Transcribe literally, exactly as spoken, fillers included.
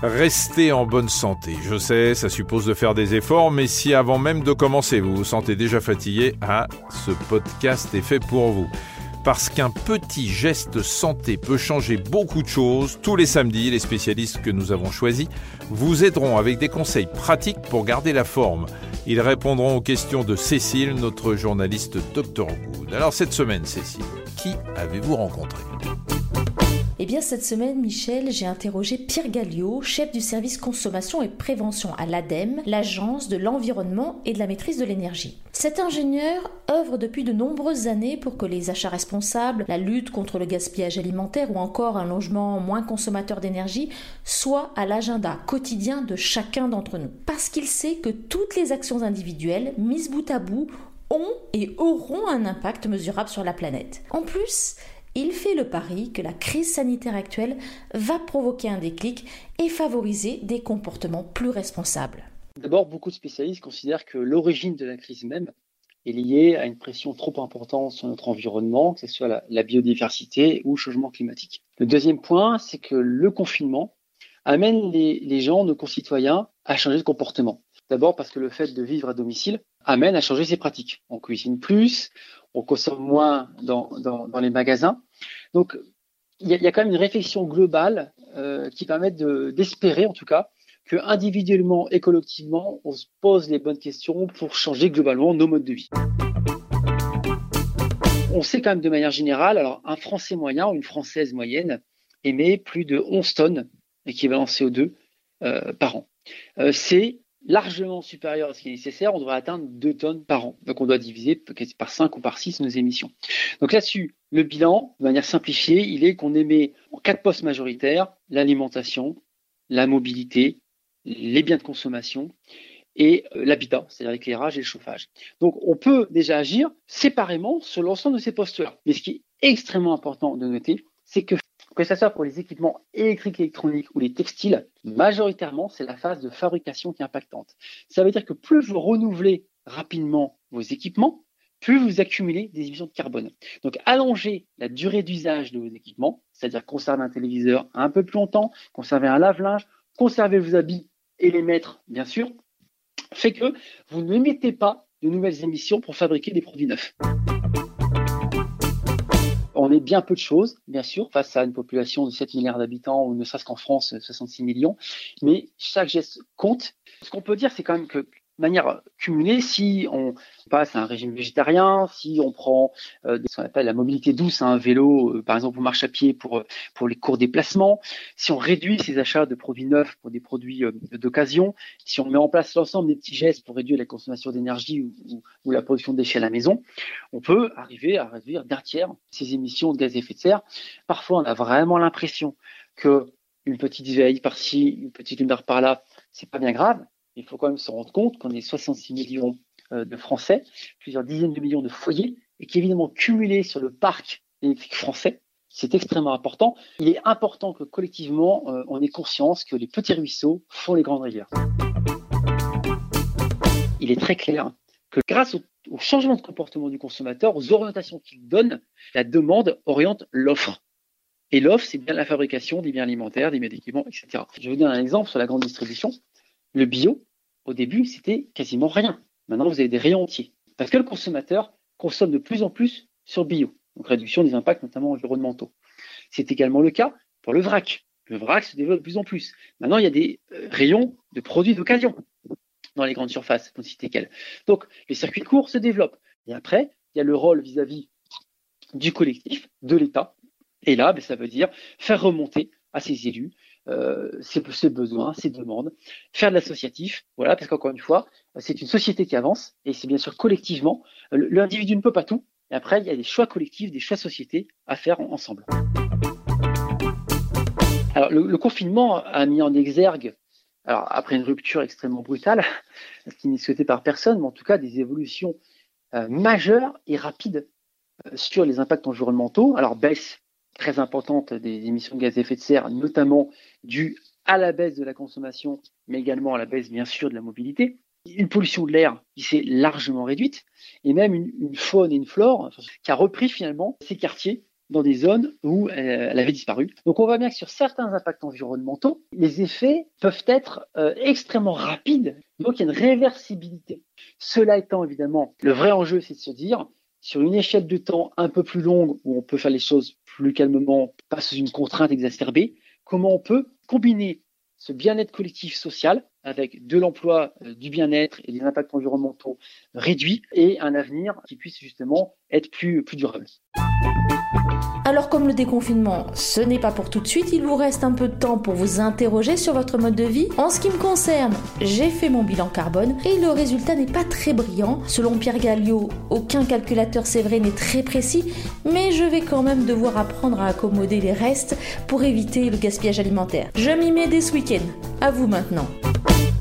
Restez en bonne santé. Je sais, ça suppose de faire des efforts, mais si avant même de commencer, vous vous sentez déjà fatigué, ah, ce podcast est fait pour vous. Parce qu'un petit geste santé peut changer beaucoup de choses. Tous les samedis, les spécialistes que nous avons choisis vous aideront avec des conseils pratiques pour garder la forme. Ils répondront aux questions de Cécile, notre journaliste docteur Good. Alors cette semaine, Cécile, qui avez-vous rencontré ? Eh bien, cette semaine, Michel, j'ai interrogé Pierre Galliot, chef du service consommation et prévention à l'ADEME, l'Agence de l'environnement et de la maîtrise de l'énergie. Cet ingénieur œuvre depuis de nombreuses années pour que les achats responsables, la lutte contre le gaspillage alimentaire ou encore un logement moins consommateur d'énergie soient à l'agenda quotidien de chacun d'entre nous. Parce qu'il sait que toutes les actions individuelles, mises bout à bout, ont et auront un impact mesurable sur la planète. En plus, il fait le pari que la crise sanitaire actuelle va provoquer un déclic et favoriser des comportements plus responsables. D'abord, beaucoup de spécialistes considèrent que l'origine de la crise même est liée à une pression trop importante sur notre environnement, que ce soit la, la biodiversité ou le changement climatique. Le deuxième point, c'est que le confinement amène les, les gens, nos concitoyens, à changer de comportement. D'abord parce que le fait de vivre à domicile amène à changer ses pratiques. On cuisine plus, on consomme moins dans, dans, dans les magasins. Donc, il y, y a quand même une réflexion globale euh, qui permet de, d'espérer, en tout cas, que individuellement et collectivement, on se pose les bonnes questions pour changer globalement nos modes de vie. On sait quand même de manière générale, alors un Français moyen ou une Française moyenne émet plus de onze tonnes équivalent C O deux euh, par an. Euh, c'est largement supérieur à ce qui est nécessaire, on devrait atteindre deux tonnes par an. Donc on doit diviser par cinq ou par six nos émissions. Donc là-dessus, le bilan, de manière simplifiée, il est qu'on émet en quatre postes majoritaires, l'alimentation, la mobilité, les biens de consommation et l'habitat, c'est-à-dire l'éclairage et le chauffage. Donc on peut déjà agir séparément sur l'ensemble de ces postes-là. Mais ce qui est extrêmement important de noter, c'est que que ce soit pour les équipements électriques et électroniques ou les textiles, majoritairement, c'est la phase de fabrication qui est impactante. Ça veut dire que plus vous renouvelez rapidement vos équipements, plus vous accumulez des émissions de carbone. Donc, allonger la durée d'usage de vos équipements, c'est-à-dire conserver un téléviseur un peu plus longtemps, conserver un lave-linge, conserver vos habits et les mettre, bien sûr, fait que vous n'émettez pas de nouvelles émissions pour fabriquer des produits neufs. On est bien peu de choses, bien sûr, face à une population de sept milliards d'habitants, ou ne serait-ce qu'en France, soixante-six millions, mais chaque geste compte. Ce qu'on peut dire, c'est quand même que, de manière cumulée, si on passe à un régime végétarien, si on prend euh, ce qu'on appelle la mobilité douce, un vélo, euh, par exemple, on marche à pied pour, pour les courts déplacements, si on réduit ses achats de produits neufs pour des produits euh, d'occasion, si on met en place l'ensemble des petits gestes pour réduire la consommation d'énergie ou, ou, ou la production de déchets à la maison, on peut arriver à réduire d'un tiers ces émissions de gaz à effet de serre. Parfois, on a vraiment l'impression que une petite veille par-ci, une petite lumière par-là, c'est pas bien grave. Il faut quand même se rendre compte qu'on est soixante-six millions de Français, plusieurs dizaines de millions de foyers, et qu'évidemment, cumulé sur le parc électrique français, c'est extrêmement important. Il est important que collectivement, euh, on ait conscience que les petits ruisseaux font les grandes rivières. Il est très clair que grâce au, au changement de comportement du consommateur, aux orientations qu'il donne, la demande oriente l'offre. Et l'offre, c'est bien la fabrication des biens alimentaires, des médicaments, et cetera. Je vais vous donner un exemple sur la grande distribution. Le bio, au début, c'était quasiment rien. Maintenant, vous avez des rayons entiers. Parce que le consommateur consomme de plus en plus sur bio. Donc, réduction des impacts, notamment environnementaux. C'est également le cas pour le vrac. Le vrac se développe de plus en plus. Maintenant, il y a des euh, rayons de produits d'occasion dans les grandes surfaces, pour ne citer qu'elles. Donc, les circuits courts se développent. Et après, il y a le rôle vis-à-vis du collectif, de l'État. Et là, ben, ça veut dire faire remonter à ses élus Euh, ses, ses besoins, ses demandes, faire de l'associatif, voilà, parce qu'encore une fois, c'est une société qui avance et c'est bien sûr collectivement. L'individu ne peut pas tout, et après, il y a des choix collectifs, des choix sociétés à faire ensemble. Alors, le, le confinement a mis en exergue, alors après une rupture extrêmement brutale, ce qui n'est souhaité par personne, mais en tout cas des évolutions euh, majeures et rapides euh, sur les impacts environnementaux. Alors, baisse très importante des émissions de gaz à effet de serre, notamment due à la baisse de la consommation, mais également à la baisse, bien sûr, de la mobilité. Une pollution de l'air qui s'est largement réduite, et même une, une faune et une flore qui a repris finalement ces quartiers dans des zones où elle avait disparu. Donc on voit bien que sur certains impacts environnementaux, les effets peuvent être euh, extrêmement rapides, donc il y a une réversibilité. Cela étant, évidemment, le vrai enjeu, c'est de se dire, sur une échelle de temps un peu plus longue, où on peut faire les choses plus calmement, pas sous une contrainte exacerbée, comment on peut combiner ce bien-être collectif social avec de l'emploi, euh, du bien-être et des impacts environnementaux réduits et un avenir qui puisse justement être plus, plus durable. Alors comme le déconfinement, ce n'est pas pour tout de suite, il vous reste un peu de temps pour vous interroger sur votre mode de vie. En ce qui me concerne, j'ai fait mon bilan carbone et le résultat n'est pas très brillant. Selon Pierre Galliot, aucun calculateur c'est vrai n'est très précis, mais je vais quand même devoir apprendre à accommoder les restes pour éviter le gaspillage alimentaire. Je m'y mets dès ce week-end. À vous maintenant.